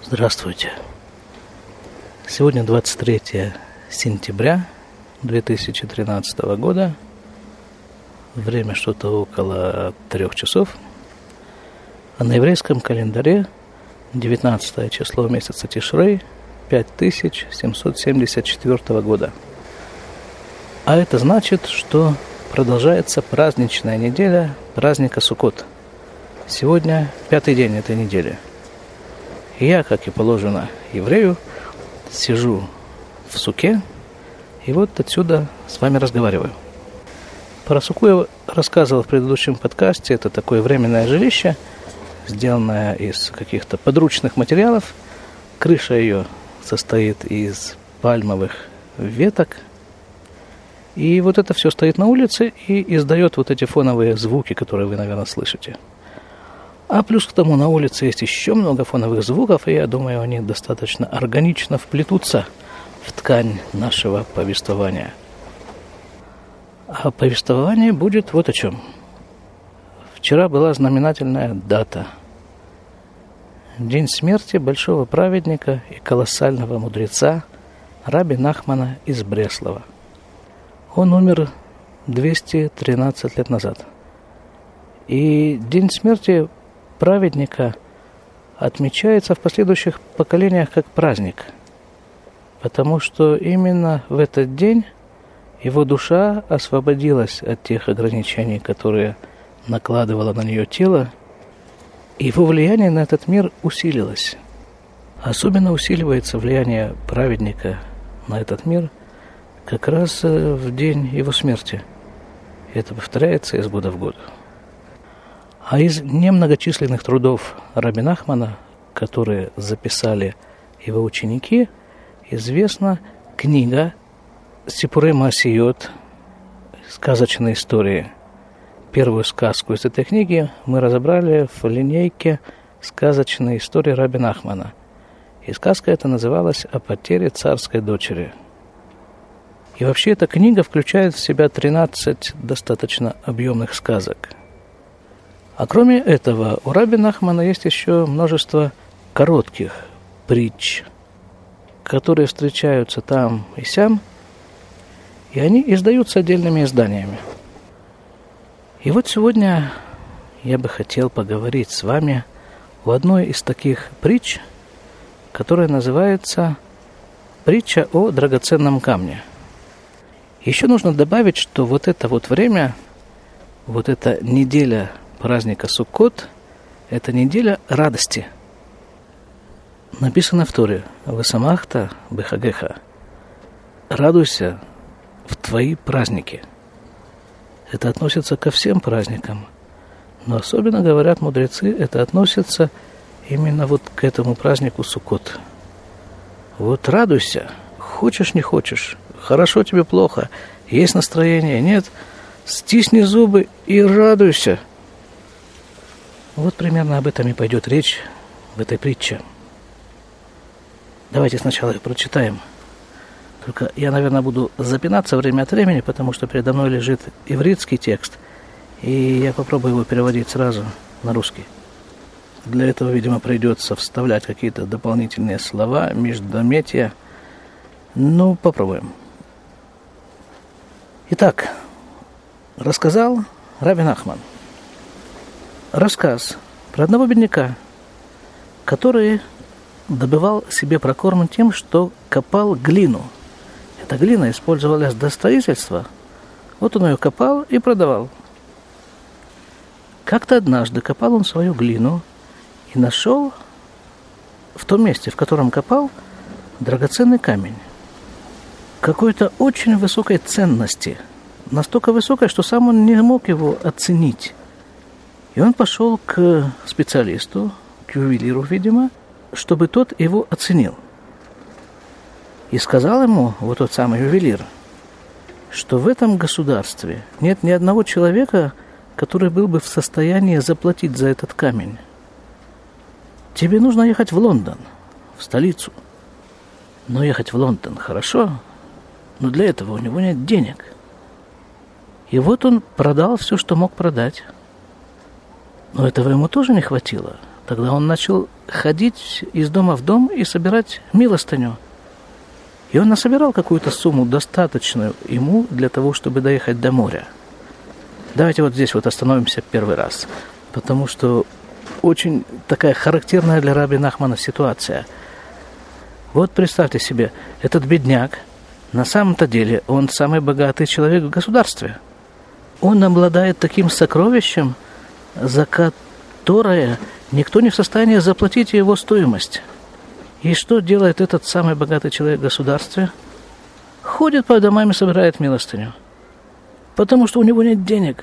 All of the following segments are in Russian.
Здравствуйте. Сегодня 23 сентября 2013 года. Время что-то около 3 часов. А на еврейском календаре 19 число месяца Тишрей 5774 года. А это значит, что продолжается праздничная неделя праздника Суккот. Сегодня 5-й день этой недели. И я, как и положено еврею, сижу в суке и вот отсюда с вами разговариваю. Про суку я рассказывал в предыдущем подкасте. Это такое временное жилище, сделанное из каких-то подручных материалов. Крыша ее состоит из пальмовых веток. И вот это все стоит на улице и издает вот эти фоновые звуки, которые вы, наверное, слышите. А плюс к тому на улице есть еще много фоновых звуков, и я думаю, они достаточно органично вплетутся в ткань нашего повествования. А повествование будет вот о чем. Вчера была знаменательная дата. День смерти большого праведника и колоссального мудреца Раби Нахмана из Бреслова. Он умер 213 лет назад. И день смерти праведника отмечается в последующих поколениях как праздник, потому что именно в этот день его душа освободилась от тех ограничений, которые накладывало на нее тело, и его влияние на этот мир усилилось. Особенно усиливается влияние праведника на этот мир как раз в день его смерти. Это повторяется из года в год. А из немногочисленных трудов Раби Нахмана, которые записали его ученики, известна книга Сипурей Маасиот, сказочные истории. Первую сказку из этой книги мы разобрали в линейке «Сказочные истории Раби Нахмана». И сказка эта называлась «О потере царской дочери». И вообще эта книга включает в себя 13 достаточно объемных сказок. А кроме этого, у Раби Нахмана есть еще множество коротких притч, которые встречаются там и сям, и они издаются отдельными изданиями. И вот сегодня я бы хотел поговорить с вами о одной из таких притч, которая называется «Притча о драгоценном камне». Еще нужно добавить, что вот это вот время, вот эта неделя праздника Суккот – это неделя радости. Написано в Торе «Весамахта бехагеха» – «Радуйся в твои праздники». Это относится ко всем праздникам, но особенно, говорят мудрецы, это относится именно вот к этому празднику Суккот. Вот радуйся, хочешь не хочешь, хорошо тебе плохо, есть настроение, нет, стисни зубы и радуйся. Вот примерно об этом и пойдет речь в этой притче. Давайте сначала ее прочитаем. Только я, наверное, буду запинаться время от времени, потому что передо мной лежит ивритский текст, и я попробую его переводить сразу на русский. Для этого, видимо, придется вставлять какие-то дополнительные слова, междометия. Ну, попробуем. Итак, рассказал Раби Нахман. Рассказ про одного бедняка, который добывал себе прокорм тем, что копал глину. Эта глина использовалась для строительства. Вот он ее копал и продавал. Как-то однажды копал он свою глину и нашел в том месте, в котором копал, драгоценный камень. Какой-то очень высокой ценности. Настолько высокой, что сам он не мог его оценить. И он пошел к специалисту, к ювелиру, видимо, чтобы тот его оценил. И сказал ему, вот тот самый ювелир, что в этом государстве нет ни одного человека, который был бы в состоянии заплатить за этот камень. Тебе нужно ехать в Лондон, в столицу. Но ехать в Лондон хорошо, но для этого у него нет денег. И вот он продал все, что мог продать. Но этого ему тоже не хватило, Тогда он начал ходить из дома в дом и собирать милостыню. И он насобирал какую-то сумму, достаточную ему для того, чтобы доехать до моря. Давайте вот здесь вот остановимся первый раз, потому что очень такая характерная для раби Нахмана ситуация. Вот представьте себе, этот бедняк, на самом-то деле, он самый богатый человек в государстве. Он обладает таким сокровищем, за которое никто не в состоянии заплатить его стоимость. И что делает этот самый богатый человек в государстве? Ходит по домам и собирает милостыню. Потому что у него нет денег.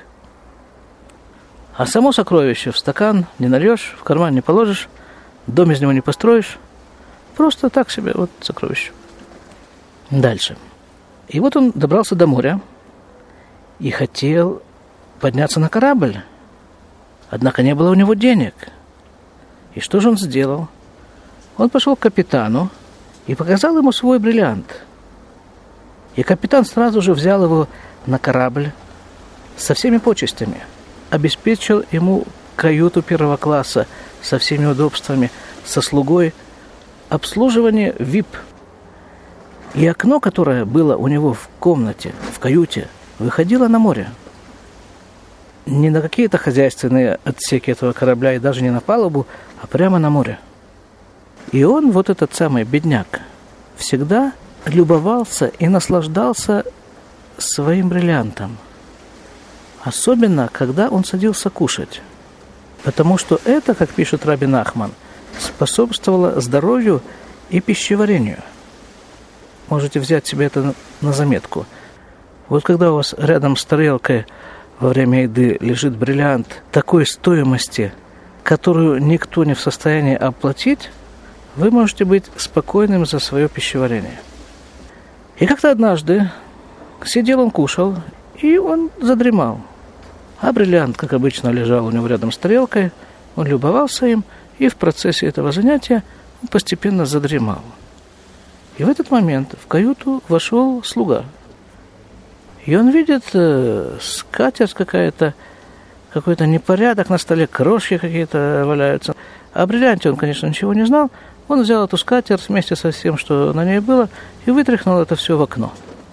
А само сокровище в стакан не нальешь, в карман не положишь, дом из него не построишь. Просто так себе вот сокровище. Дальше. И вот он добрался до моря и хотел подняться на корабль. Однако не было у него денег. И что же он сделал? Он пошел к капитану и показал ему свой бриллиант. И капитан сразу же взял его на корабль со всеми почестями, обеспечил ему каюту первого класса со всеми удобствами, со слугой, обслуживание VIP. И окно, которое было у него в комнате, в каюте, выходило на море. Не на какие-то хозяйственные отсеки этого корабля и даже не на палубу, а прямо на море. И он, вот этот самый бедняк, всегда любовался и наслаждался своим бриллиантом. Особенно, когда он садился кушать. Потому что это, как пишет раби Нахман, способствовало здоровью и пищеварению. Можете взять себе это на заметку. Вот когда у вас рядом с тарелкой во время еды лежит бриллиант такой стоимости, которую никто не в состоянии оплатить, вы можете быть спокойным за свое пищеварение. И как-то однажды сидел он, кушал, и он задремал. А бриллиант, как обычно, лежал у него рядом с тарелкой, он любовался им, и в процессе этого занятия он постепенно задремал. И в этот момент в каюту вошел слуга. И он видит скатерть какая-то, какой-то непорядок на столе, крошки какие-то валяются. О бриллианте он, конечно, ничего не знал. Он взял эту скатерть вместе со всем, что на ней было, и вытряхнул это все в окно.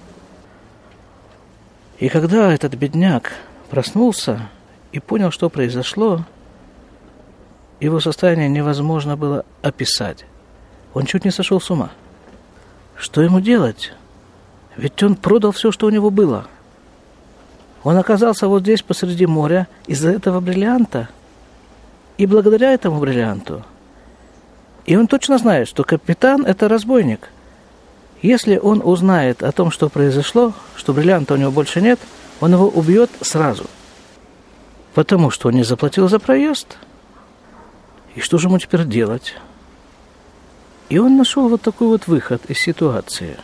И когда этот бедняк проснулся и понял, что произошло, его состояние невозможно было описать. Он чуть не сошел с ума. Что ему делать? Ведь он продал все, что у него было. Он оказался вот здесь посреди моря из-за этого бриллианта. И благодаря этому бриллианту. И он точно знает, что капитан – это разбойник. Если он узнает о том, что произошло, что бриллианта у него больше нет, он его убьет сразу. Потому что он не заплатил за проезд. И что же ему теперь делать? И он нашел вот такой вот выход из ситуации.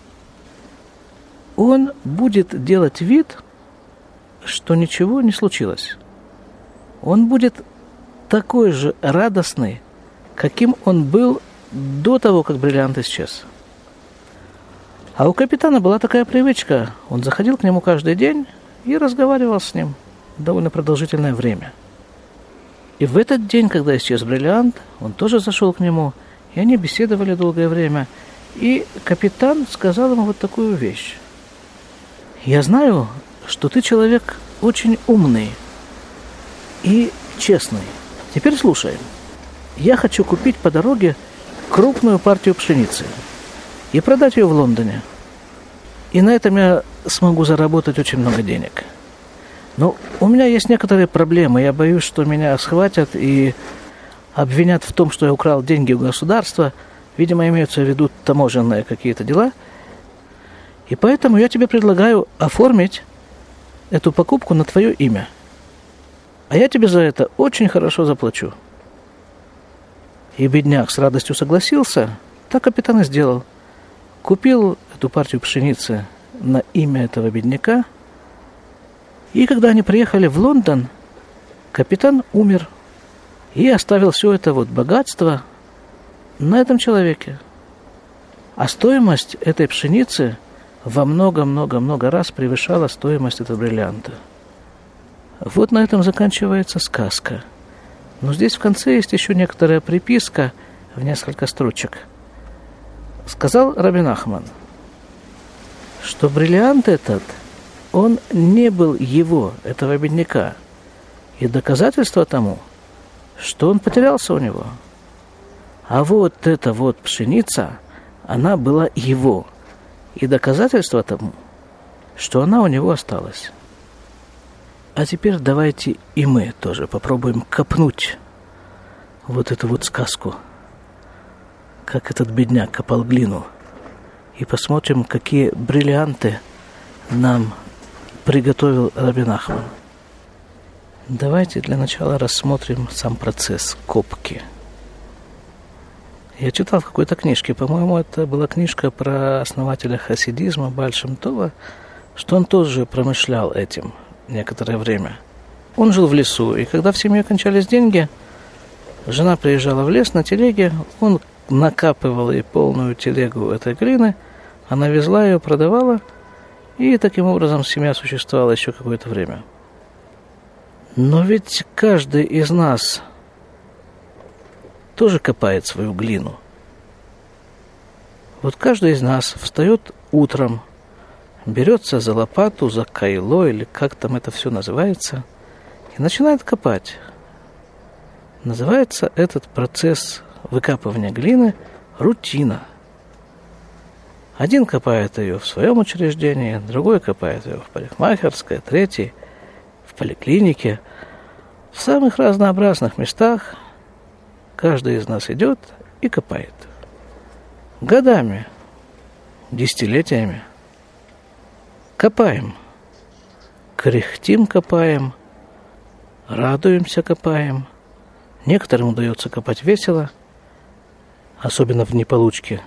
Он будет делать вид, что ничего не случилось. Он будет такой же радостный, каким он был до того, как бриллиант исчез. А у капитана была такая привычка. Он заходил к нему каждый день и разговаривал с ним довольно продолжительное время. И в этот день, когда исчез бриллиант, он тоже зашел к нему, и они беседовали долгое время. И капитан сказал ему вот такую вещь. «Я знаю, что ты человек очень умный и честный. Теперь слушай. Я хочу купить по дороге крупную партию пшеницы и продать ее в Лондоне. И на этом я смогу заработать очень много денег. Но у меня есть некоторые проблемы. Я боюсь, что меня схватят и обвинят в том, что я украл деньги у государства. Видимо, имеются в виду таможенные какие-то дела. И поэтому я тебе предлагаю оформить эту покупку на твое имя. А я тебе за это очень хорошо заплачу». И бедняк с радостью согласился. Так капитан и сделал. Купил эту партию пшеницы на имя этого бедняка. И когда они приехали в Лондон, капитан умер. И оставил все это вот богатство на этом человеке. А стоимость этой пшеницы во много-много-много раз превышала стоимость этого бриллианта. Вот на этом заканчивается сказка. Но здесь в конце есть еще некоторая приписка в несколько строчек. Сказал Раби Нахман, что бриллиант этот, он не был его, этого бедняка. И доказательство тому, что он потерялся у него. А вот эта вот пшеница, она была его. И доказательство тому, что она у него осталась. А теперь давайте и мы тоже попробуем копнуть вот эту вот сказку, как этот бедняк копал глину, и посмотрим, какие бриллианты нам приготовил Раби Нахман. Давайте для начала рассмотрим сам процесс копки. Я читал в какой-то книжке, по-моему, это была книжка про основателя хасидизма Бааль Шем Това, что он тоже промышлял этим некоторое время. Он жил в лесу, и когда в семье кончались деньги, жена приезжала в лес на телеге, он накапывал ей полную телегу этой глины, она везла ее, продавала, и таким образом семья существовала еще какое-то время. Но ведь каждый из нас тоже копает свою глину. Вот каждый из нас встает утром, берется за лопату, за кайло, или как там это все называется, и начинает копать. Называется этот процесс выкапывания глины рутина. Один копает ее в своем учреждении, другой копает ее в парикмахерской, третий в поликлинике. В самых разнообразных местах каждый из нас идет и копает. Годами, десятилетиями. Копаем. Кряхтим копаем. Радуемся копаем. Некоторым удается копать весело, особенно в неполучке.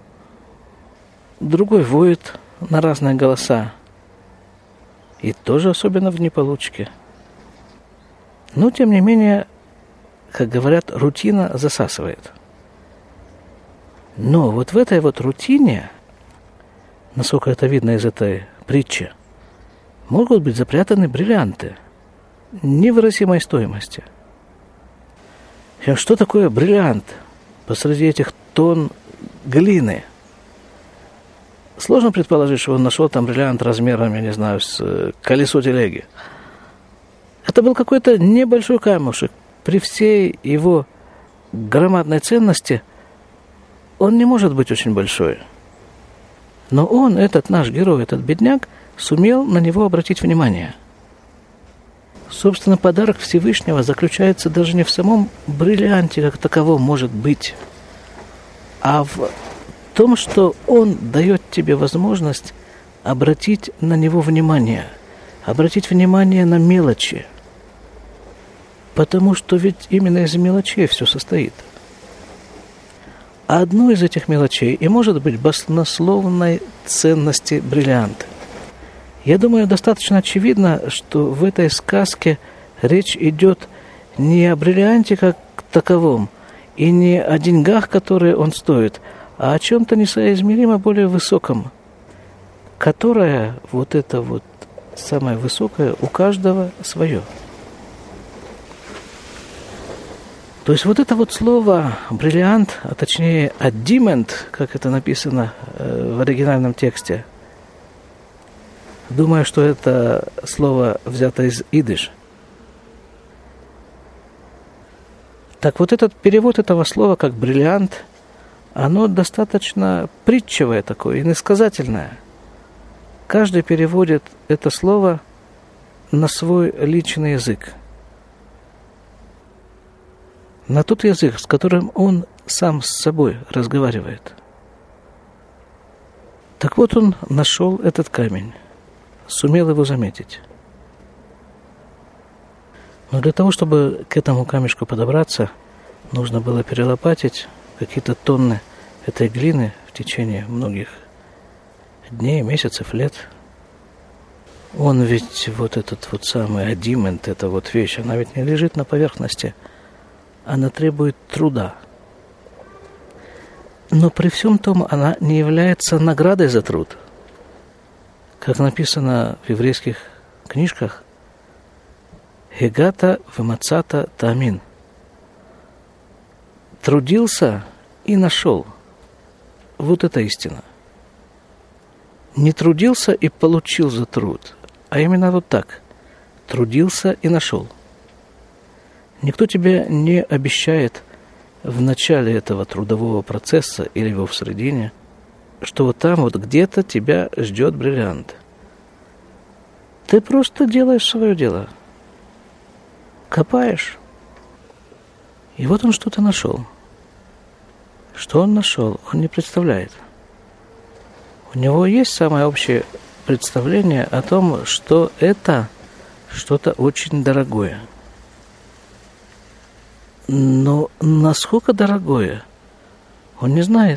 Другой воет на разные голоса. И тоже особенно в неполучке. Но, тем не менее, как говорят, рутина засасывает. Но вот в этой вот рутине, насколько это видно из этой притчи, могут быть запрятаны бриллианты невыразимой стоимости. И что такое бриллиант посреди этих тонн глины? Сложно предположить, что он нашел там бриллиант размером, я не знаю, с колесо телеги. Это был какой-то небольшой камушек. При всей его громадной ценности он не может быть очень большой. Но он, этот наш герой, этот бедняк, сумел на него обратить внимание. Собственно, подарок Всевышнего заключается даже не в самом бриллианте как таковом, может быть, а в том, что он дает тебе возможность обратить на него внимание, обратить внимание на мелочи. Потому что ведь именно из мелочей все состоит. А одной из этих мелочей и может быть баснословной ценности бриллианта. Я думаю, достаточно очевидно, что в этой сказке речь идет не о бриллианте как таковом и не о деньгах, которые он стоит, а о чем-то несоизмеримо более высоком, которое вот это вот самое высокое у каждого свое. То есть вот это вот слово бриллиант, а точнее аддимент, как это написано в оригинальном тексте, думаю, что это слово взято из идиш. Так вот этот перевод этого слова как бриллиант, оно достаточно притчевое такое, иносказательное. Каждый переводит это слово на свой личный язык. На тот язык, с которым он сам с собой разговаривает. Так вот он нашел этот камень, сумел его заметить. Но для того, чтобы к этому камешку подобраться, нужно было перелопатить какие-то тонны этой глины в течение многих дней, месяцев, лет. Он ведь, вот этот вот самый аддимент, эта вот вещь, она ведь не лежит на поверхности, она требует труда. Но при всем том она не является наградой за труд. Как написано в еврейских книжках, «Хегата вемацата таамин». Трудился и нашел. Вот это истина. Не трудился и получил за труд, а именно вот так. Трудился и нашел. Никто тебе не обещает в начале этого трудового процесса или его в середине, что вот там вот где-то тебя ждет бриллиант. Ты просто делаешь свое дело. Копаешь. И вот он что-то нашел. Что он нашел, он не представляет. У него есть самое общее представление о том, что это что-то очень дорогое. Но насколько дорогое, он не знает.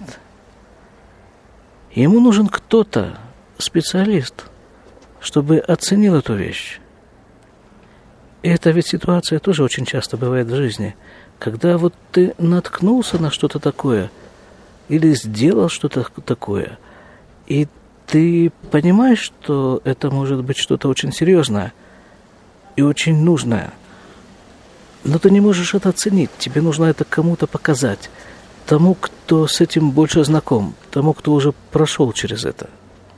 Ему нужен кто-то, специалист, чтобы оценил эту вещь. И эта ведь ситуация тоже очень часто бывает в жизни, когда вот ты наткнулся на что-то такое или сделал что-то такое, и ты понимаешь, что это может быть что-то очень серьезное и очень нужное, но ты не можешь это оценить, тебе нужно это кому-то показать, тому, кто с этим больше знаком, тому, кто уже прошел через это.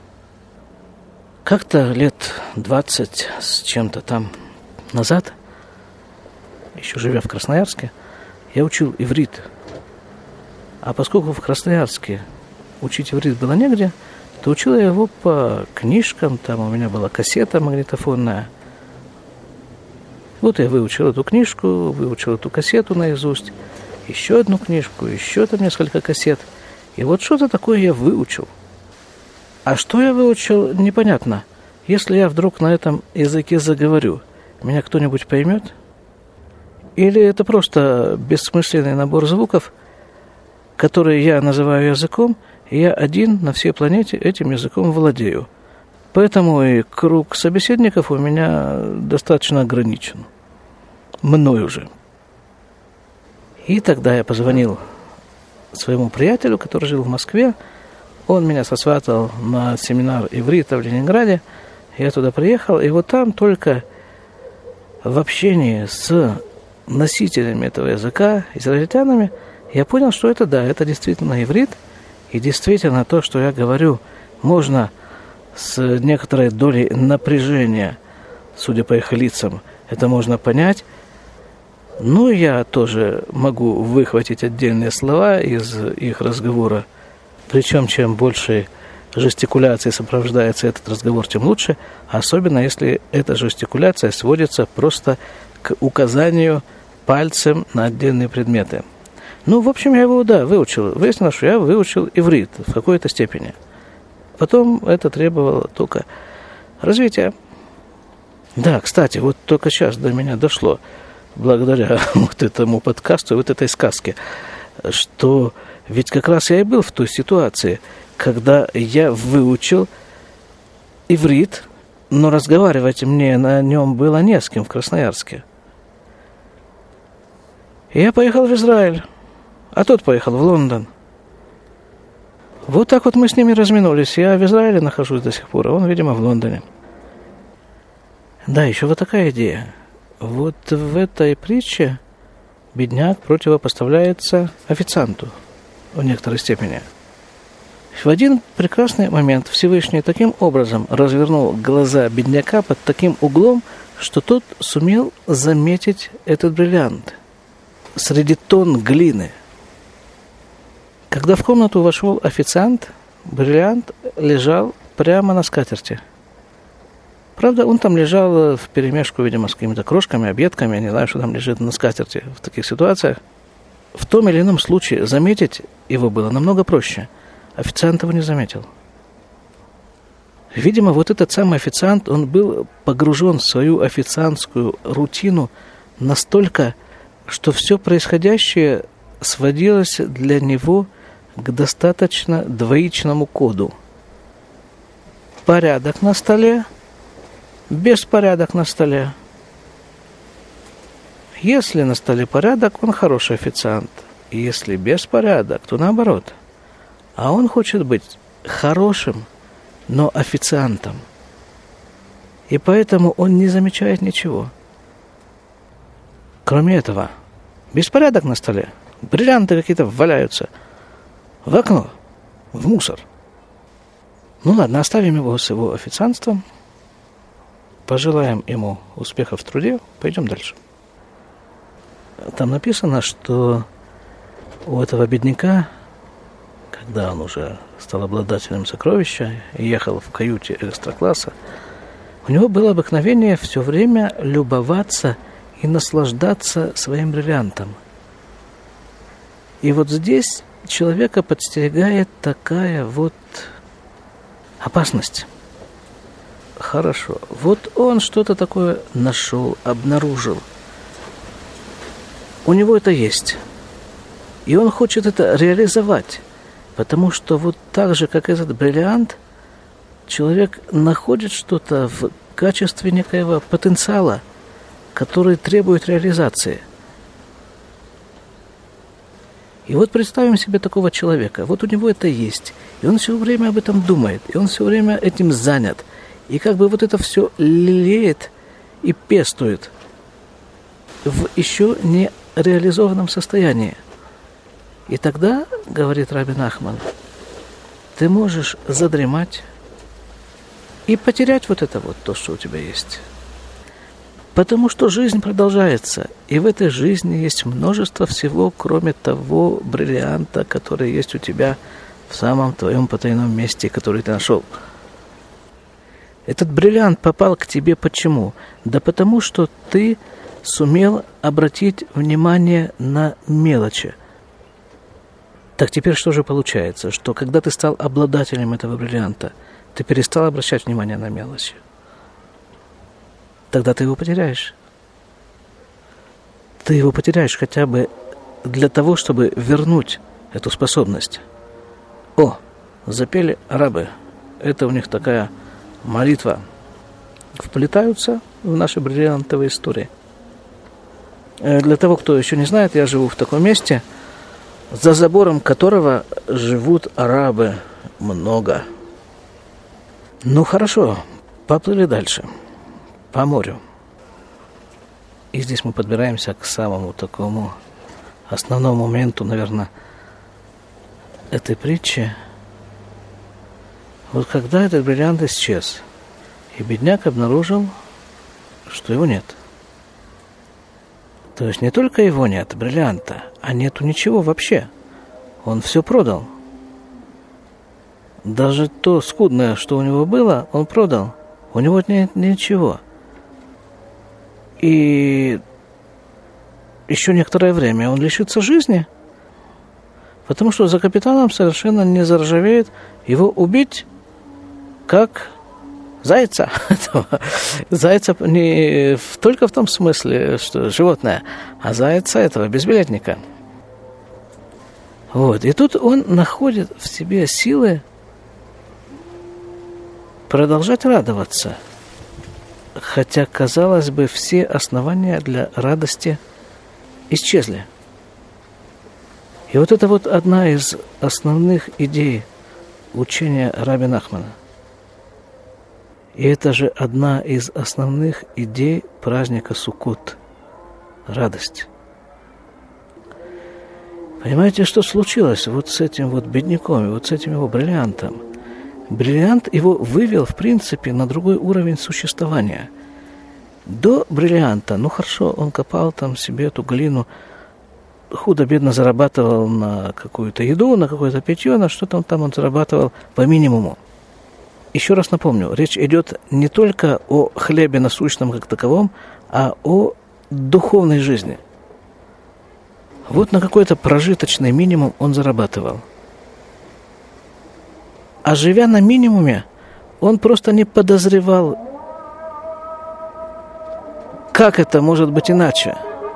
Как-то лет 20 с чем-то там назад, еще живя в Красноярске, я учил иврит. А поскольку в Красноярске учить иврит было негде, то учил я его по книжкам, там у меня была кассета магнитофонная. Вот я выучил эту книжку, выучил эту кассету наизусть, еще одну книжку, еще там несколько кассет. И вот что-то такое я выучил. А что я выучил, непонятно. Если я вдруг на этом языке заговорю, меня кто-нибудь поймет? Или это просто бессмысленный набор звуков, которые я называю языком, и я один на всей планете этим языком владею. Поэтому и круг собеседников у меня достаточно ограничен. Мною же. И тогда я позвонил своему приятелю, который жил в Москве. Он меня сосватал на семинар иврита в Ленинграде. Я туда приехал, и вот там только в общении с носителями этого языка, израильтянами, я понял, что это да, это действительно иврит, и действительно то, что я говорю, можно с некоторой долей напряжения, судя по их лицам, это можно понять. Но я тоже могу выхватить отдельные слова из их разговора. Причем, чем больше жестикуляции сопровождается этот разговор, тем лучше. Особенно, если эта жестикуляция сводится просто к указанию пальцем на отдельные предметы. Ну, в общем, я его, да, выучил. Выяснилось, что я выучил иврит в какой-то степени. Потом это требовало только развития. Да, кстати, вот только сейчас до меня дошло, благодаря вот этому подкасту, вот этой сказке, что ведь как раз я и был в той ситуации, когда я выучил иврит, но разговаривать мне на нем было не с кем в Красноярске. И я поехал в Израиль, а тот поехал в Лондон. Вот так вот мы с ними разминулись. Я в Израиле нахожусь до сих пор, а он, видимо, в Лондоне. Да, еще вот такая идея. Вот в этой притче бедняк противопоставляется официанту в некоторой степени. В один прекрасный момент Всевышний таким образом развернул глаза бедняка под таким углом, что тот сумел заметить этот бриллиант среди тонн глины. Когда в комнату вошел официант, бриллиант лежал прямо на скатерти. Правда, он там лежал вперемешку, видимо, с какими-то крошками, объедками, я не знаю, что там лежит на скатерти в таких ситуациях. В том или ином случае заметить его было намного проще. Официант его не заметил. Видимо, вот этот самый официант, он был погружен в свою официантскую рутину настолько, что все происходящее сводилось для него к достаточно двоичному коду. Порядок на столе, беспорядок на столе. Если на столе порядок, он хороший официант. Если беспорядок, то наоборот. А он хочет быть хорошим, но официантом. И поэтому он не замечает ничего. Кроме этого, беспорядок на столе. Бриллианты какие-то валяются. В окно, в мусор. Ну ладно, оставим его с его официантством. Пожелаем ему успехов в труде. Пойдем дальше. Там написано, что у этого бедняка, когда он уже стал обладателем сокровища и ехал в каюте экстра-класса, у него было обыкновение все время любоваться и наслаждаться своим бриллиантом. И вот здесь человека подстерегает такая вот опасность. Хорошо. Вот он что-то такое нашел, обнаружил. У него это есть. И он хочет это реализовать. Потому что вот так же, как этот бриллиант, человек находит что-то в качестве некоего потенциала, который требует реализации. И вот представим себе такого человека. Вот у него это есть. И он все время об этом думает. И он все время этим занят. И как бы вот это все лелеет и пестует в еще не реализованном состоянии. И тогда, говорит Раби Нахман, ты можешь задремать и потерять вот это вот, то, что у тебя есть. Потому что жизнь продолжается, и в этой жизни есть множество всего, кроме того бриллианта, который есть у тебя в самом твоем потайном месте, который ты нашел. Этот бриллиант попал к тебе почему? Да потому что ты сумел обратить внимание на мелочи. Так теперь что же получается? Что когда ты стал обладателем этого бриллианта, ты перестал обращать внимание на мелочи. Тогда ты его потеряешь. Ты его потеряешь хотя бы для того, чтобы вернуть эту способность. О, запели арабы. Это у них такая молитва. Вплетаются в наши бриллиантовые истории. Для того, кто еще не знает, я живу в таком месте, за забором которого живут арабы много. Ну хорошо, поплыли дальше, по морю. И здесь мы подбираемся к самому такому основному моменту, наверное, этой притчи. Вот когда этот бриллиант исчез, и бедняк обнаружил, что его нет. То есть не только его нет, бриллианта, а нету ничего вообще. Он все продал. Даже то скудное, что у него было, он продал. У него нет ничего. И еще некоторое время он лишится жизни, потому что за капитаном совершенно не заржавеет его убить как зайца. Зайца не только в том смысле, что животное, а зайца этого безбилетника. Вот. И тут он находит в себе силы продолжать радоваться. Хотя, казалось бы, все основания для радости исчезли. И вот это вот одна из основных идей учения Раби Нахмана. И это же одна из основных идей праздника Суккот – радость. Понимаете, что случилось вот с этим вот бедняком, и вот с этим его бриллиантом? Бриллиант его вывел, в принципе, на другой уровень существования. До бриллианта, ну хорошо, он копал там себе эту глину, худо-бедно зарабатывал на какую-то еду, на какое-то питье, на что-то там он зарабатывал по минимуму. Еще раз напомню, речь идет не только о хлебе насущном как таковом, а о духовной жизни. Вот на какой-то прожиточный минимум он зарабатывал. А живя на минимуме, он просто не подозревал, как это может быть иначе.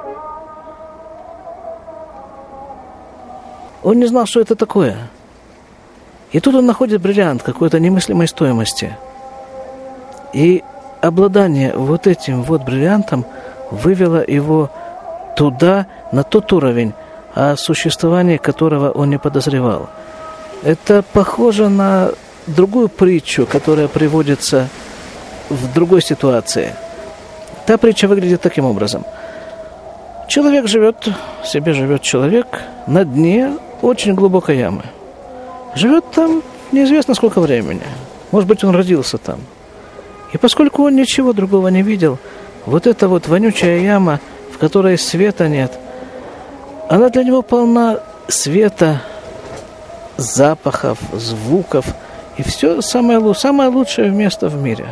Он не знал, что это такое. И тут он находит бриллиант какой-то немыслимой стоимости. И обладание вот этим вот бриллиантом вывело его туда, на тот уровень, о существовании которого он не подозревал. Это похоже на другую притчу, которая приводится в другой ситуации. Та притча выглядит таким образом. Человек себе живет человек на дне очень глубокой ямы. Живет там неизвестно сколько времени. Может быть, он родился там. И поскольку он ничего другого не видел, вот эта вот вонючая яма, в которой света нет, она для него полна света, запахов, звуков и все самое лучшее место в мире.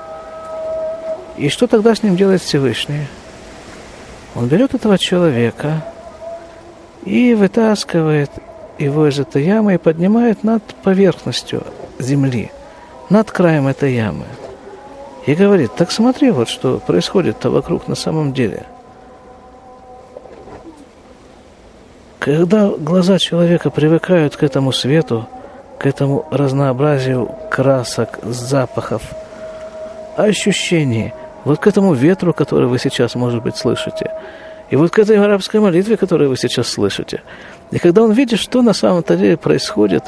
И что тогда с ним делает Всевышний? Он берет этого человека и вытаскивает его из этой ямы и поднимает над поверхностью земли, над краем этой ямы. И говорит: так смотри, вот что происходит-то вокруг на самом деле. Когда глаза человека привыкают к этому свету, к этому разнообразию красок, запахов, ощущений, вот к этому ветру, который вы сейчас, может быть, слышите, и вот к этой арабской молитве, которую вы сейчас слышите, и когда он видит, что на самом-то деле происходит,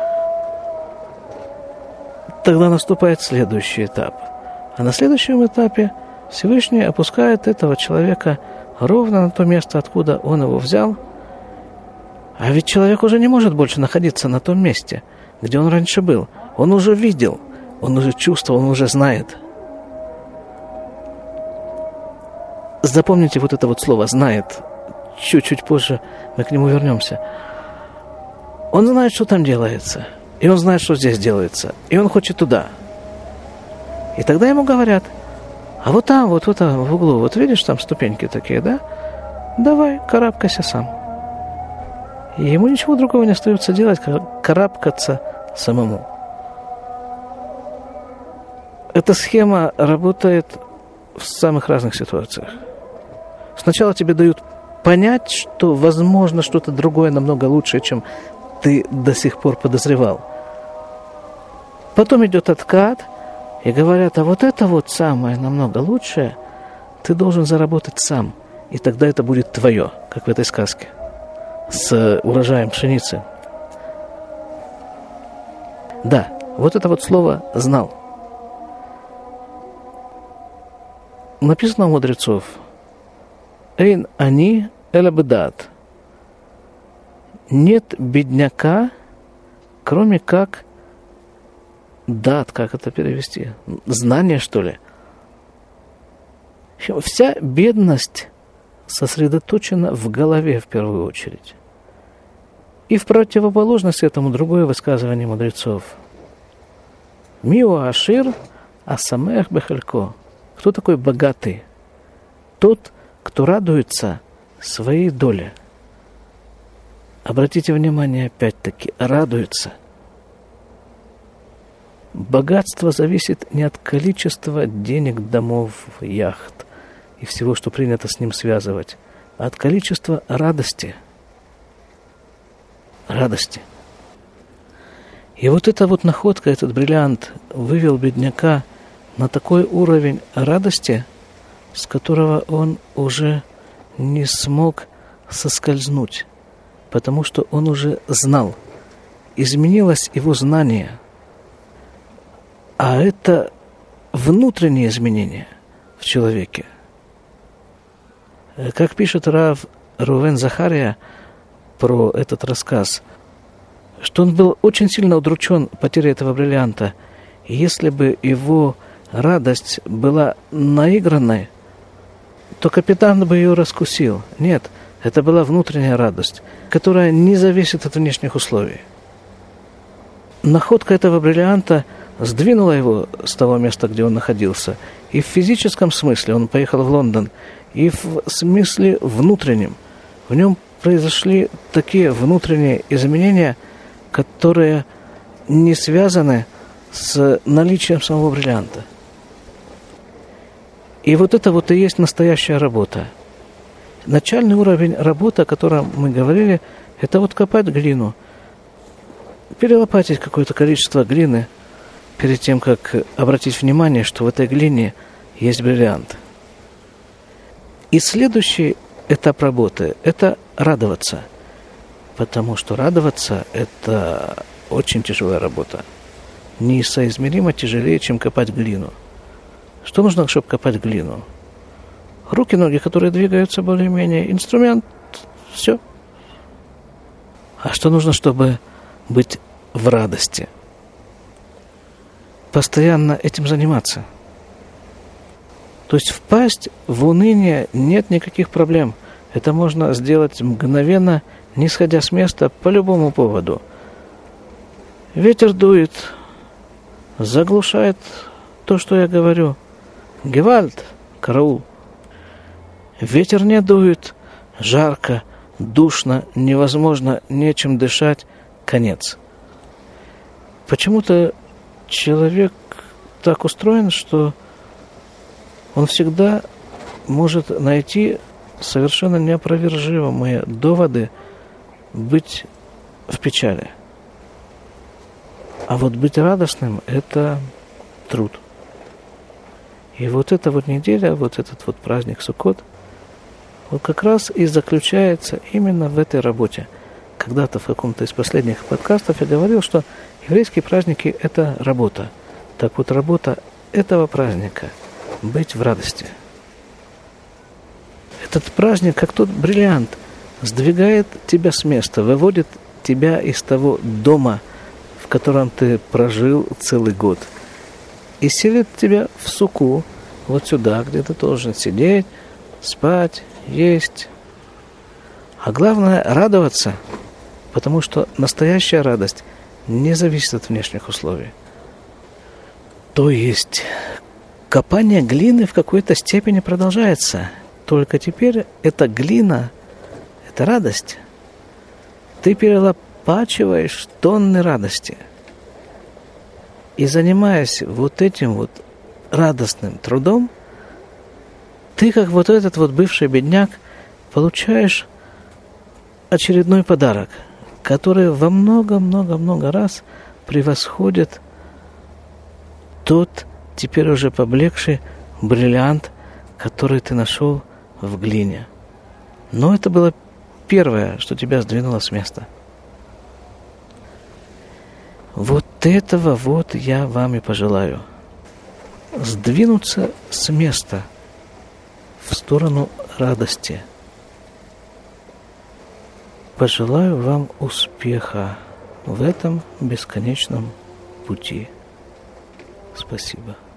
тогда наступает следующий этап. А на следующем этапе Всевышний опускает этого человека ровно на то место, откуда он его взял. А ведь человек уже не может больше находиться на том месте, где он раньше был. Он уже видел, он уже чувствовал, он уже знает. Запомните вот это вот слово «знает». Чуть-чуть позже мы к нему вернемся. Он знает, что там делается. И он знает, что здесь делается. И он хочет туда. И тогда ему говорят: а вот там, вот в углу, вот видишь, там ступеньки такие, да? Давай, карабкайся сам. И ему ничего другого не остается делать, как карабкаться самому. Эта схема работает в самых разных ситуациях. Сначала тебе дают понять, что возможно что-то другое намного лучше, чем ты до сих пор подозревал. Потом идет откат, и говорят: а вот это вот самое намного лучшее ты должен заработать сам, и тогда это будет твое, как в этой сказке с урожаем пшеницы. Да, вот это вот слово «знал». Написано у мудрецов: «Эйн ани эля бедат». Нет бедняка, кроме как дат, как это перевести? Знание, что ли? Вся бедность сосредоточена в голове в первую очередь. И в противоположность этому другое высказывание мудрецов. «Мио ашир асамех бехалько». Кто такой богатый? Тот, кто радуется своей доле. Обратите внимание, опять-таки, радуется. Богатство зависит не от количества денег, домов, яхт и всего, что принято с ним связывать, а от количества радости. Радости. И вот эта вот находка, этот бриллиант вывел бедняка на такой уровень радости, с которого он уже не смог соскользнуть, потому что он уже знал. Изменилось его знание. А это внутренние изменения в человеке. Как пишет Рав Рувен Захария про этот рассказ, что он был очень сильно удручен потерей этого бриллианта. И если бы его радость была наигранной, то капитан бы ее раскусил. Нет, это была внутренняя радость, которая не зависит от внешних условий. Находка этого бриллианта сдвинула его с того места, где он находился. И в физическом смысле он поехал в Лондон, и в смысле внутреннем. В нем произошли такие внутренние изменения, которые не связаны с наличием самого бриллианта. И вот это вот и есть настоящая работа. Начальный уровень работы, о котором мы говорили, это вот копать глину, перелопатить какое-то количество глины перед тем, как обратить внимание, что в этой глине есть бриллиант. И следующий этап работы – это радоваться. Потому что радоваться – это очень тяжелая работа. Несоизмеримо тяжелее, чем копать глину. Что нужно, чтобы копать глину? Руки, ноги, которые двигаются более-менее. Инструмент, все. А что нужно, чтобы быть в радости? Постоянно этим заниматься. То есть впасть в уныние нет никаких проблем. Это можно сделать мгновенно, не сходя с места по любому поводу. Ветер дует, заглушает то, что я говорю. Гевальт, караул. Ветер не дует, жарко, душно, невозможно, нечем дышать, конец. Почему-то человек так устроен, что он всегда может найти совершенно неопровержимые доводы быть в печали. А вот быть радостным – это труд. И вот эта вот неделя, вот этот вот праздник Суккот, вот как раз и заключается именно в этой работе. Когда-то в каком-то из последних подкастов я говорил, что еврейские праздники – это работа. Так вот, работа этого праздника – быть в радости. Этот праздник, как тот бриллиант, сдвигает тебя с места, выводит тебя из того дома, в котором ты прожил целый год, и селит тебя в суку, вот сюда, где ты должен сидеть, спать, есть. А главное – радоваться, потому что настоящая радость не зависит от внешних условий. То есть копание глины в какой-то степени продолжается. Только теперь эта глина, эта радость, ты перелопачиваешь тонны радости. И занимаясь вот этим вот радостным трудом, ты, как вот этот вот бывший бедняк, получаешь очередной подарок, который во много-много-много раз превосходит тот, теперь уже поблекший бриллиант, который ты нашел в глине. Но это было первое, что тебя сдвинуло с места. Вот этого вот я вам и пожелаю. Сдвинуться с места в сторону радости. Пожелаю вам успеха в этом бесконечном пути. Спасибо.